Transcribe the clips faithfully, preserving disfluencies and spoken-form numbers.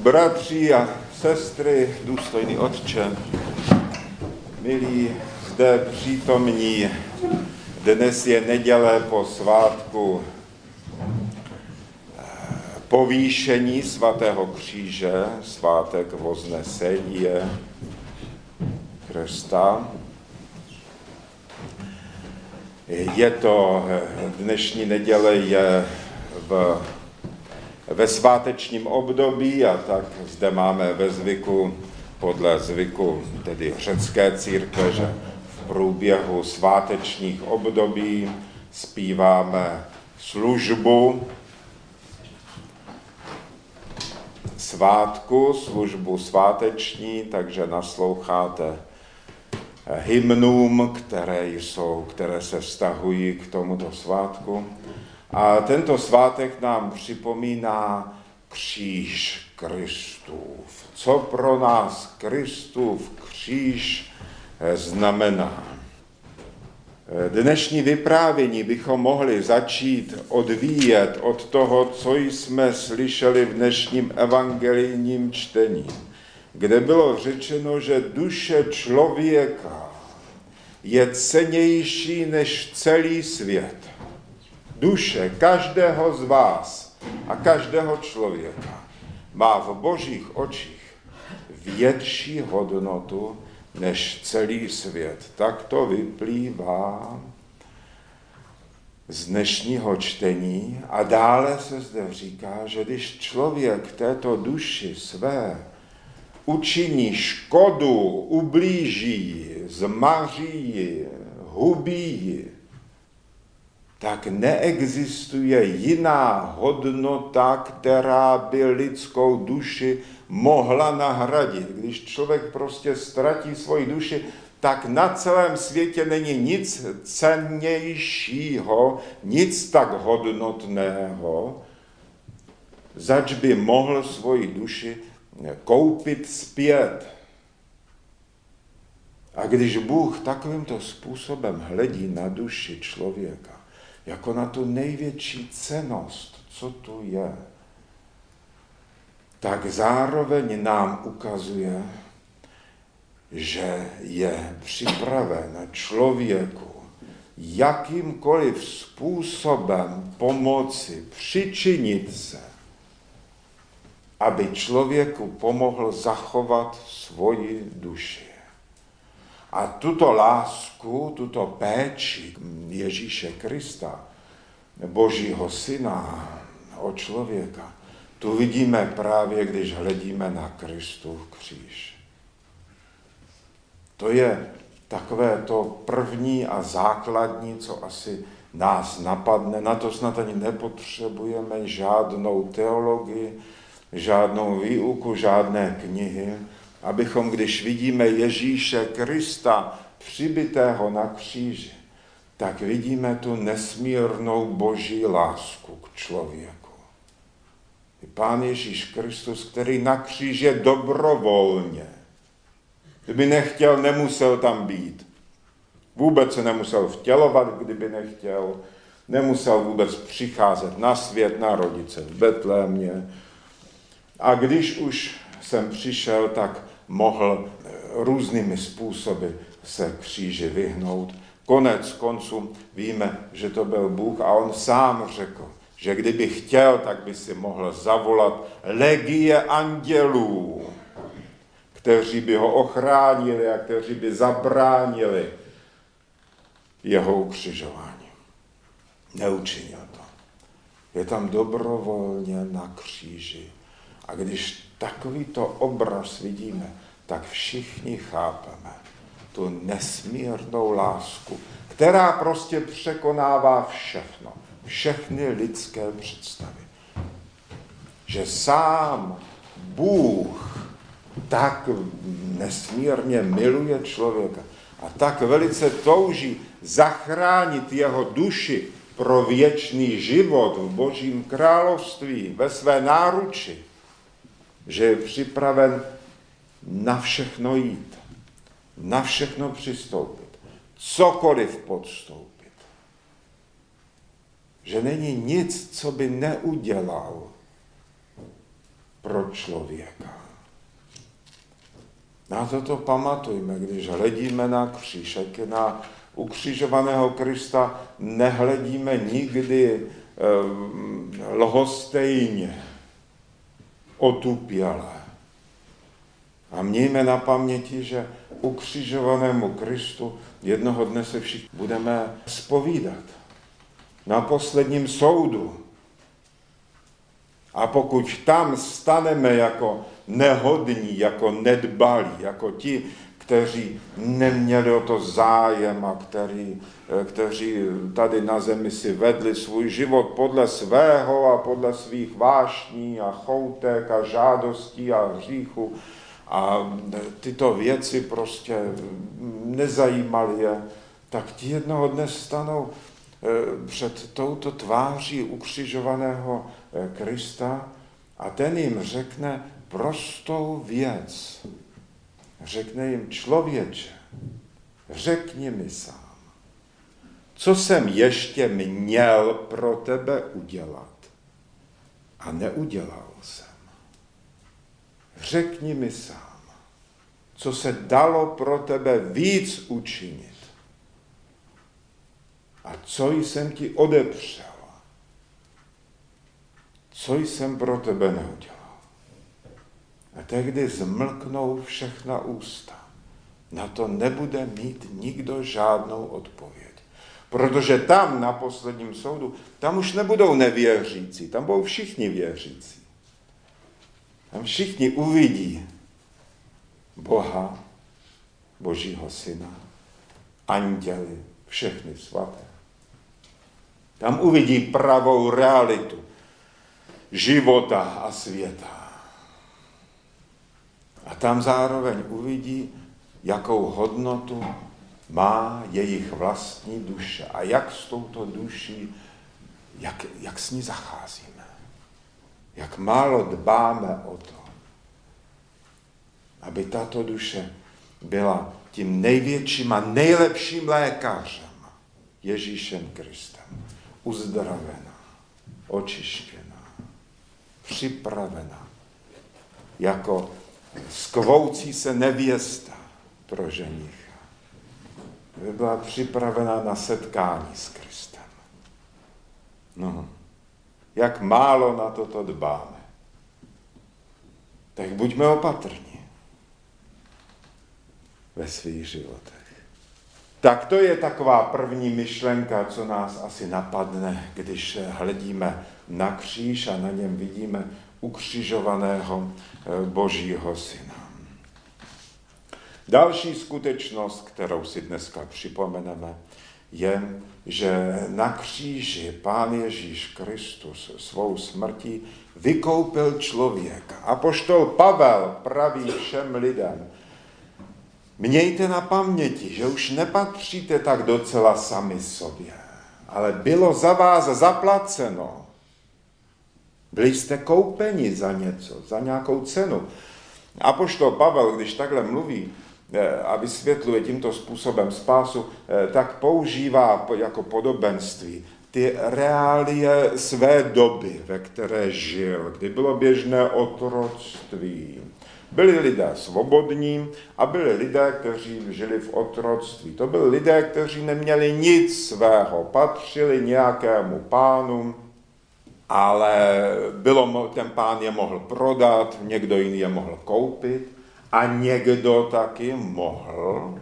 Bratři a sestry, důstojný otče, milí zde přítomní, dnes je neděle po svátku povýšení svatého kříže, svátek Voznesení Krista. Je to, dnešní neděle je v, ve svátečním období a tak zde máme ve zvyku, podle zvyku tedy řecké církve, že v průběhu svátečních období zpíváme službu svátku, službu sváteční, takže nasloucháte hymnům, které jsou, které se vztahují k tomuto svátku. A tento svátek nám připomíná kříž Kristův. Co pro nás Kristův kříž znamená? Dnešní vyprávění bychom mohli začít odvíjet od toho, co jsme slyšeli v dnešním evangelijním čtení, kde bylo řečeno, že duše člověka je cennější než celý svět. Duše každého z vás a každého člověka má v Božích očích větší hodnotu než celý svět. Tak to vyplývá z dnešního čtení a dále se zde říká, že když člověk této duši své učiní škodu, ublíží, zmaří, hubí, tak neexistuje jiná hodnota, která by lidskou duši mohla nahradit. Když člověk prostě ztratí svoji duši, tak na celém světě není nic cennějšího, nic tak hodnotného, zač by mohl svoji duši koupit zpět. A když Bůh takovýmto způsobem hledí na duši člověka, jako na tu největší cennost, co tu je, tak zároveň nám ukazuje, že je připraven člověku jakýmkoliv způsobem pomoci, přičinit se, aby člověku pomohl zachovat svoji duši. A tuto lásku, tuto péči Ježíše Krista, Božího Syna o člověka, tu vidíme právě, když hledíme na Kristův kříž. To je takové to první a základní, co asi nás napadne. Na to snad ani nepotřebujeme žádnou teologii, žádnou výuku, žádné knihy, abychom, když vidíme Ježíše Krista přibitého na kříži, tak vidíme tu nesmírnou Boží lásku k člověku. Pán Ježíš Kristus, který na kříži dobrovolně, kdyby nechtěl, nemusel tam být. Vůbec se nemusel vtělovat, kdyby nechtěl. Nemusel vůbec přicházet na svět, narodit se v Betlémě. A když už jsem přišel, tak mohl různými způsoby se kříži vyhnout. Konec konců víme, že to byl Bůh a on sám řekl, že kdyby chtěl, tak by si mohl zavolat legie andělů, kteří by ho ochránili a kteří by zabránili jeho ukřižování. Neučinil to. Je tam dobrovolně na kříži. A když takovýto obraz vidíme, tak všichni chápeme tu nesmírnou lásku, která prostě překonává všechno, všechny lidské představy. Že sám Bůh tak nesmírně miluje člověka a tak velice touží zachránit jeho duši pro věčný život v Božím království, ve své náruči, že je připraven na všechno jít, na všechno přistoupit, cokoliv podstoupit. Že není nic, co by neudělal pro člověka. Na toto pamatujme, když hledíme na kříž, jak na ukřižovaného Krista nehledíme nikdy eh, lhostejně, otupěle. A mějme na paměti, že ukřižovanému Kristu jednoho dne se všichni budeme zpovídat na posledním soudu. A pokud tam staneme jako nehodní, jako nedbalí, jako ti, kteří neměli o to zájem a kteří, kteří tady na zemi si vedli svůj život podle svého a podle svých vášní a choutek a žádostí a hříchu, a tyto věci prostě nezajímaly je, tak ti jednoho dne stanou před touto tváří ukřižovaného Krista a ten jim řekne prostou věc. Řekne jim: člověče, řekni mi sám, co jsem ještě měl pro tebe udělat a neudělal jsem. Řekni mi sám, co se dalo pro tebe víc učinit a co jsem ti odepřel, co jsem pro tebe neudělal. A tehdy zmlknou všechna ústa. Na to nebude mít nikdo žádnou odpověď. Protože tam na posledním soudu, tam už nebudou nevěřící, tam budou všichni věřící. Tam všichni uvidí Boha, Božího Syna, anděly, všechny svaté. Tam uvidí pravou realitu života a světa. A tam zároveň uvidí, jakou hodnotu má jejich vlastní duše a jak s touto duší, jak, jak s ní zacházíme. Jak málo dbáme o to, aby tato duše byla tím největším a nejlepším lékařem, Ježíšem Kristem, uzdravená, očištěná, připravená, jako skvoucí se nevěsta pro ženicha. By byla připravená na setkání s Kristem. No, jak málo na toto dbáme. Tak buďme opatrní ve svých životech. Tak to je taková první myšlenka, co nás asi napadne, když hledíme na kříž a na něm vidíme ukřižovaného Božího Syna. Další skutečnost, kterou si dneska připomeneme, je, že na kříži Pán Ježíš Kristus svou smrtí vykoupil člověka. Apoštol Pavel praví všem lidem: mějte na paměti, že už nepatříte tak docela sami sobě, ale bylo za vás zaplaceno. Byli jste koupeni za něco, za nějakou cenu. Apoštol Pavel, když takhle mluví a vysvětluje tímto způsobem spásu, tak používá jako podobenství ty reálie své doby, ve které žil, kdy bylo běžné otroctví. Byli lidé svobodní a byli lidé, kteří žili v otroctví. To byli lidé, kteří neměli nic svého, patřili nějakému pánu, ale bylo, ten pán je mohl prodat, někdo jiný je mohl koupit a někdo taky mohl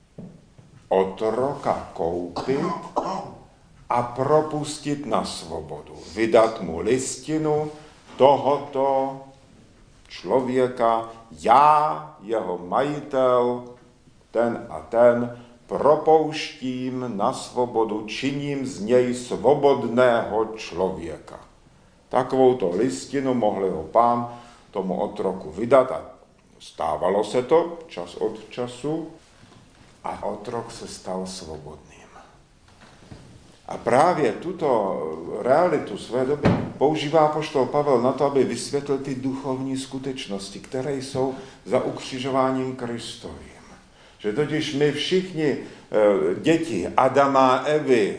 otroka koupit a propustit na svobodu. Vydat mu listinu tohoto člověka, já, jeho majitel, ten a ten, propouštím na svobodu, činím z něj svobodného člověka. Takovouto listinu mohl ho pán tomu otroku vydat a stávalo se to čas od času a otrok se stal svobodným. A právě tuto realitu své doby používá apoštol Pavel na to, aby vysvětlil ty duchovní skutečnosti, které jsou za ukřižováním Kristovým. Že totiž my všichni děti Adama a Evy,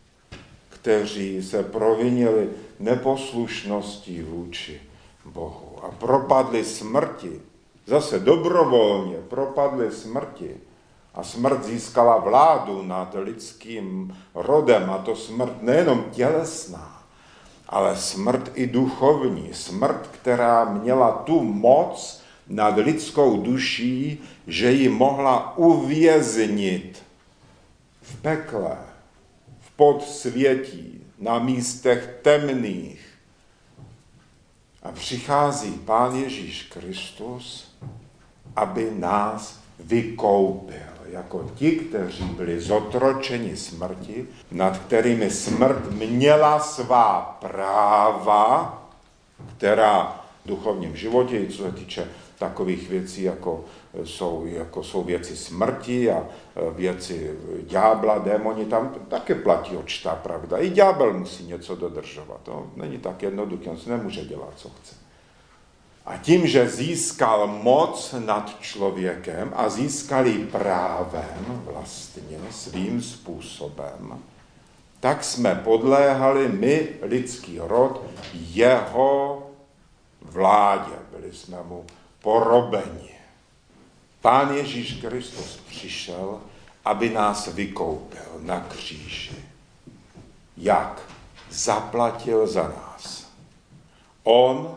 kteří se provinili neposlušností vůči Bohu a propadli smrti, zase dobrovolně propadli smrti a smrt získala vládu nad lidským rodem, a to smrt nejenom tělesná, ale smrt i duchovní, smrt, která měla tu moc nad lidskou duší, že ji mohla uvěznit v pekle, v podsvětí, na místech temných. A přichází Pán Ježíš Kristus, aby nás vykoupil, jako ti, kteří byli zotročeni smrti, nad kterými smrt měla svá práva, která v duchovním životě, co se týče takových věcí, jako jsou, jako jsou věci smrti a věci ďábla, démoni, tam také platí určitá pravda. I ďábel musí něco dodržovat. To není tak jednoduché, on si nemůže dělat, co chce. A tím, že získal moc nad člověkem a získal ji právem vlastně svým způsobem, tak jsme podléhali my, lidský rod, jeho vládě. Byli jsme mu porobeni. Pán Ježíš Kristus přišel, aby nás vykoupil na kříži. Jak? Zaplatil za nás. On,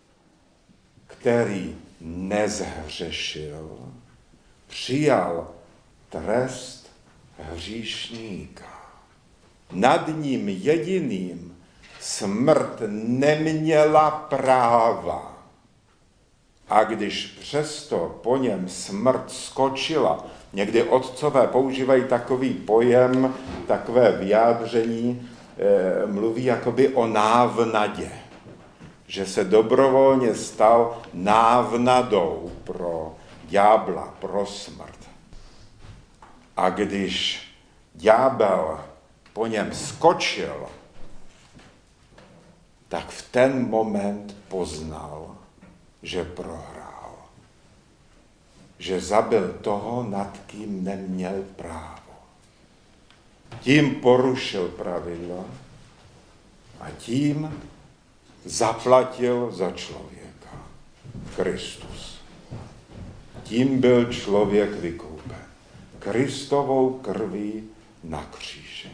který nezhřešil, přijal trest hříšníka. Nad ním jediným smrt neměla práva. A když přesto po něm smrt skočila, někdy otcové používají takový pojem, takové vyjádření, e, mluví jakoby o návnadě, že se dobrovolně stal návnadou pro ďábla, pro smrt. A když ďábel po něm skočil, tak v ten moment poznal, že prohrál. Že zabil toho, nad kým neměl právo. Tím porušil pravidla a tím zaplatil za člověka. Kristus. Tím byl člověk vykoupen. Kristovou krví na kříži.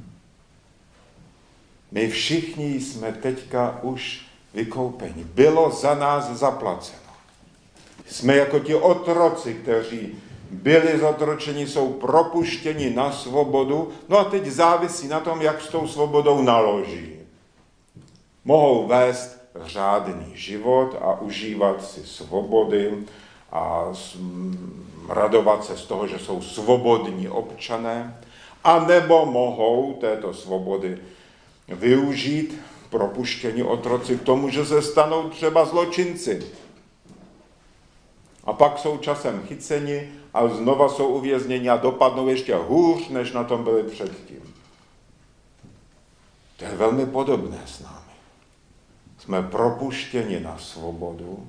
My všichni jsme teďka už vykoupeni. Bylo za nás zaplaceno. Jsme jako ti otroci, kteří byli zotročeni, jsou propuštěni na svobodu, no a teď závisí na tom, jak s tou svobodou naloží. Mohou vést řádný život a užívat si svobody a radovat se z toho, že jsou svobodní občané, a nebo mohou této svobody využít propuštění otroci k tomu, že se stanou třeba zločinci. A pak jsou časem chyceni a znova jsou uvězněni a dopadnou ještě hůř, než na tom byli předtím. To je velmi podobné s námi. Jsme propuštěni na svobodu.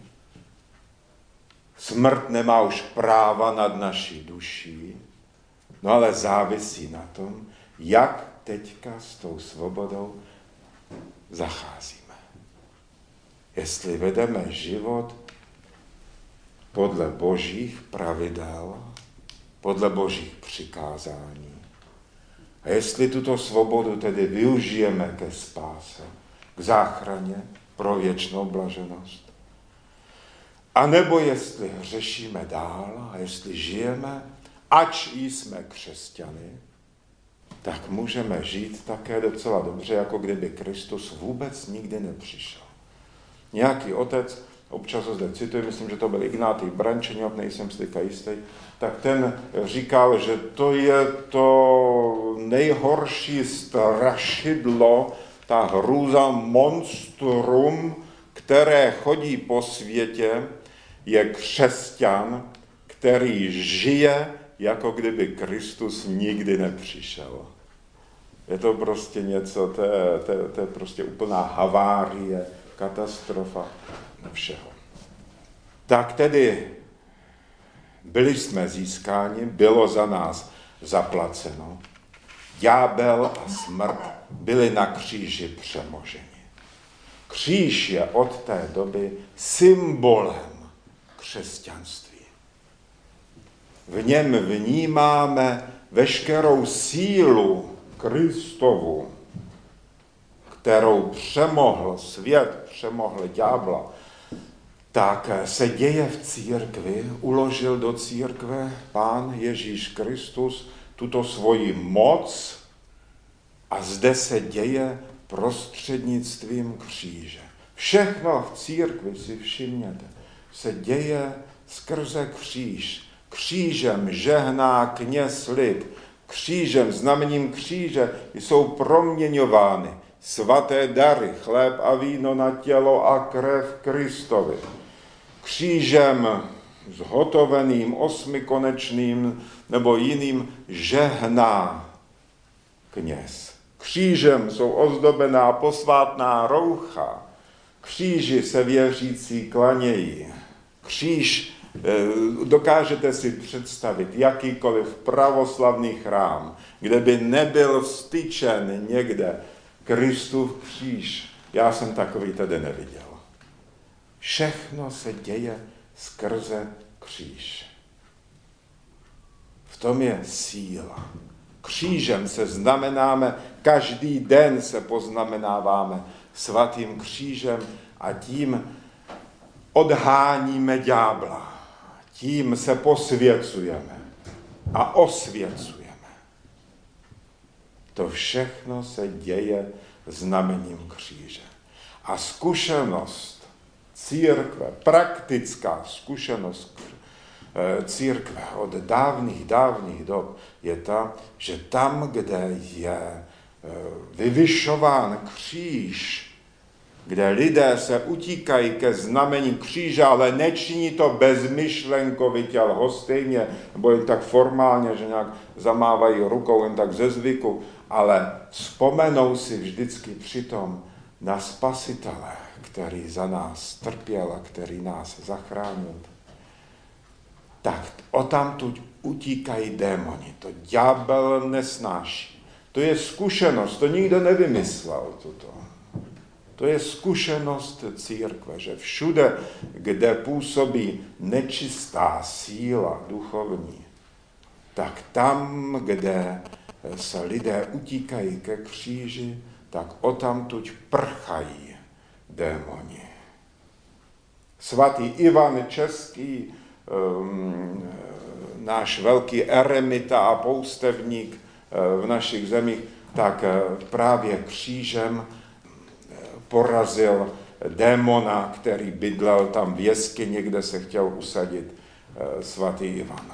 Smrt nemá už práva nad naší duší, no ale závisí na tom, jak teďka s tou svobodou zacházíme. Jestli vedeme život podle božích pravidel, podle božích přikázání. A jestli tuto svobodu tedy využijeme ke spáse, k záchraně, pro věčnou blaženost. A nebo jestli hřešíme dál a jestli žijeme, ač jsme křesťany, tak můžeme žít také docela dobře, jako kdyby Kristus vůbec nikdy nepřišel. Nějaký otec, občas ho zde cituji, myslím, že to byl Ignátij Brančeňov, nejsem si teďka jistý, tak ten říkal, že to je to nejhorší strašidlo, ta hrůza monstrum, které chodí po světě, je křesťan, který žije, jako kdyby Kristus nikdy nepřišel. Je to prostě něco, to je, to je, to je prostě úplná havárie, katastrofa všeho. Tak tedy byli jsme získáni, bylo za nás zaplaceno. Ďábel a smrt byli na kříži přemoženi. Kříž je od té doby symbolem křesťanství. V něm vnímáme veškerou sílu Kristovu, kterou přemohl svět, přemohl ďábla, tak se děje v církvi, uložil do církve Pán Ježíš Kristus tuto svoji moc a zde se děje prostřednictvím kříže. Všechno v církvi, si všimněte, se děje skrze kříž. Křížem žehná kněz lid. Křížem, znamením kříže, jsou proměňovány svaté dary, chléb a víno na tělo a krev Kristovi. Křížem zhotoveným, osmikonečným nebo jiným žehná kněz. Křížem jsou ozdobená posvátná roucha. Kříži se věřící klanějí. Kříž, dokážete si představit jakýkoliv pravoslavný chrám, kde by nebyl vstyčen někde Kristův kříž. Já jsem takový tedy neviděl. Všechno se děje skrze kříž. V tom je síla. Křížem se znamenáme, každý den se poznamenáváme svatým křížem a tím odháníme ďábla. Tím se posvěcujeme a osvěcujeme. To všechno se děje znamením kříže. A zkušenost církve, praktická zkušenost církve od dávných, dávných dob je ta, že tam, kde je vyvyšován kříž, kde lidé se utíkají ke znamení kříže, ale nečiní to bezmyšlenkovitě, lhostejně, nebo jen tak formálně, že nějak zamávají rukou jen tak ze zvyku, ale vzpomenou si vždycky přitom na Spasitele, který za nás trpěl a který nás zachránil. Tak odtamtud utíkají démoni. To ďábel nesnáší. To je zkušenost, to nikdo nevymyslel toto. To je zkušenost církve, že všude, kde působí nečistá síla duchovní, tak tam, kde se lidé utíkají ke kříži, tak odtamtud prchají démoni. Svatý Ivan Český, um, náš velký eremita a poustevník v našich zemích, tak právě křížem porazil démona, který bydlel tam v jeskyni, kde se chtěl usadit svatý Ivan.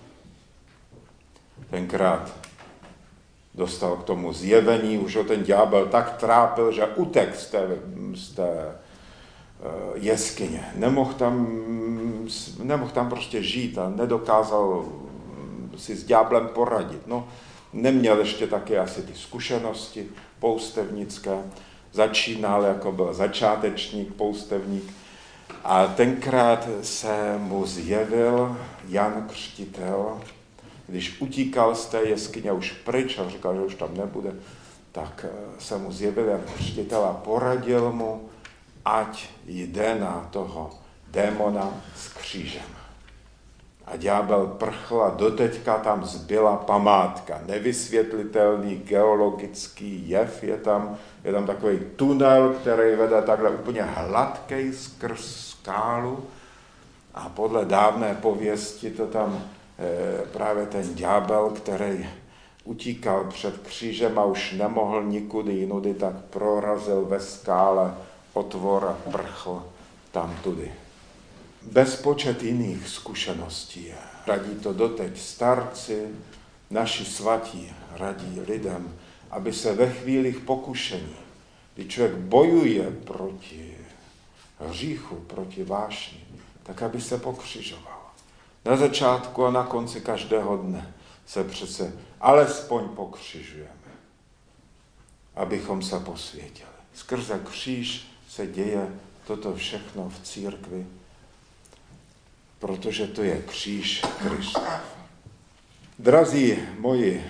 Tenkrát dostal k tomu zjevení, už ho ten ďábel tak trápil, že utek z té, z té jeskyně. Nemohl tam, nemohl tam prostě žít a nedokázal si s ďáblem poradit. No, neměl ještě taky asi ty zkušenosti poustevnické. Začínal, jako byl začátečník, poustevník. A tenkrát se mu zjevil Jan Křtitel, když utíkal z té jeskyně už pryč a říkal, že už tam nebude, tak se mu zjevil Jan Křtitel a poradil mu, ať jde na toho démona s křížem. A ďábel prchl a doteďka tam zbyla památka. Nevysvětlitelný geologický jev je tam. Je tam takový tunel, který vede takhle úplně hladkej skrz skálu. A podle dávné pověsti to tam e, právě ten ďábel, který utíkal před křížem a už nemohl nikudy jinudy, tak prorazil ve skále otvor a prchl tam tudy. Bezpočet jiných zkušeností je. Radí to doteď starci, naši svatí radí lidem, aby se ve chvílích pokušení, kdy člověk bojuje proti hříchu, proti vášni, tak aby se pokřižoval. Na začátku a na konci každého dne se přece alespoň pokřižujeme, abychom se posvětili. Skrze kříž se děje toto všechno v církvi, protože to je kříž Kristův. Drazí moji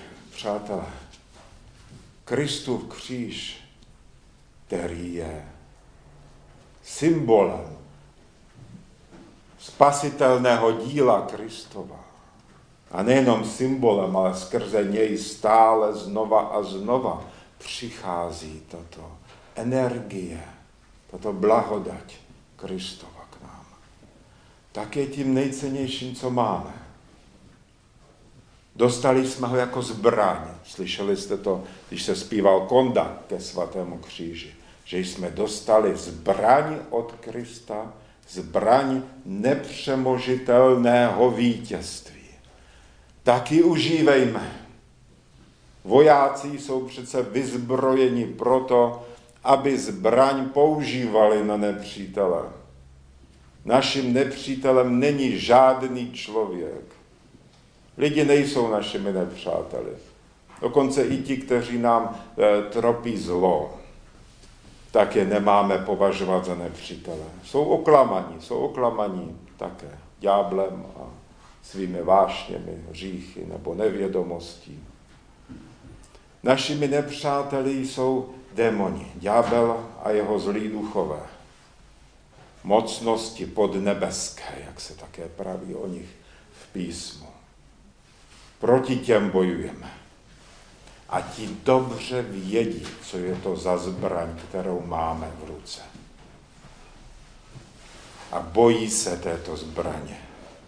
přátelé, Kristův kříž, který je symbolem spasitelného díla Kristova. A nejenom symbolem, ale skrze něj stále znova a znova přichází tato energie, tato blahodať Kristova k nám. Tak je tím nejcennějším, co máme. Dostali jsme ho jako zbraň. Slyšeli jste to, když se zpíval Konda ke svatému kříži, že jsme dostali zbraň od Krista, zbraň nepřemožitelného vítězství. Taky užívejme. Vojáci jsou přece vyzbrojeni proto, aby zbraň používali na nepřítele. Naším nepřítelem není žádný člověk. Lidi nejsou našimi nepřáteli. Dokonce i ti, kteří nám e, tropí zlo, tak je nemáme považovat za nepřítele. Jsou oklamaní, jsou oklamaní také ďáblem a svými vášněmi, hříchy nebo nevědomostí. Našimi nepřáteli jsou démoni, ďábel a jeho zlí duchové. Mocnosti podnebeské, jak se také praví o nich v písmu. Proti těm bojujeme. A ti dobře vědí, co je to za zbraň, kterou máme v ruce. A bojí se této zbraně.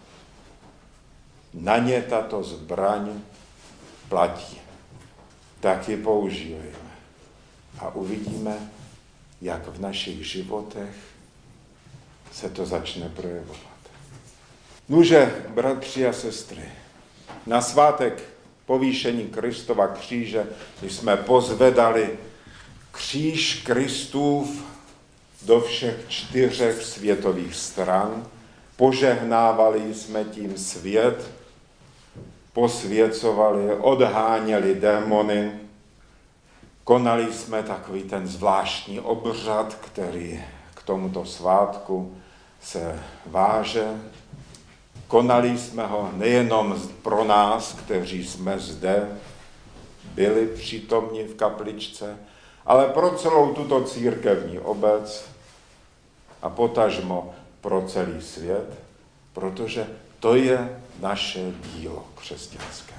Na ně tato zbraň platí. Tak ji používejme. A uvidíme, jak v našich životech se to začne projevovat. Nuže, bratři a sestry, na svátek povýšení Kristova kříže, když jsme pozvedali kříž Kristův do všech čtyřech světových stran, požehnávali jsme tím svět, posvěcovali, odháněli démony, konali jsme takový ten zvláštní obřad, který k tomuto svátku se váže. Konali jsme ho nejenom pro nás, kteří jsme zde byli přítomni v kapličce, ale pro celou tuto církevní obec a potažmo pro celý svět, protože to je naše dílo křesťanské.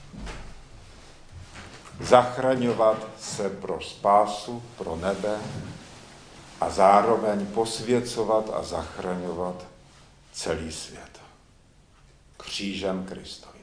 Zachraňovat se pro spásu, pro nebe a zároveň posvěcovat a zachraňovat celý svět. Křížem Krista.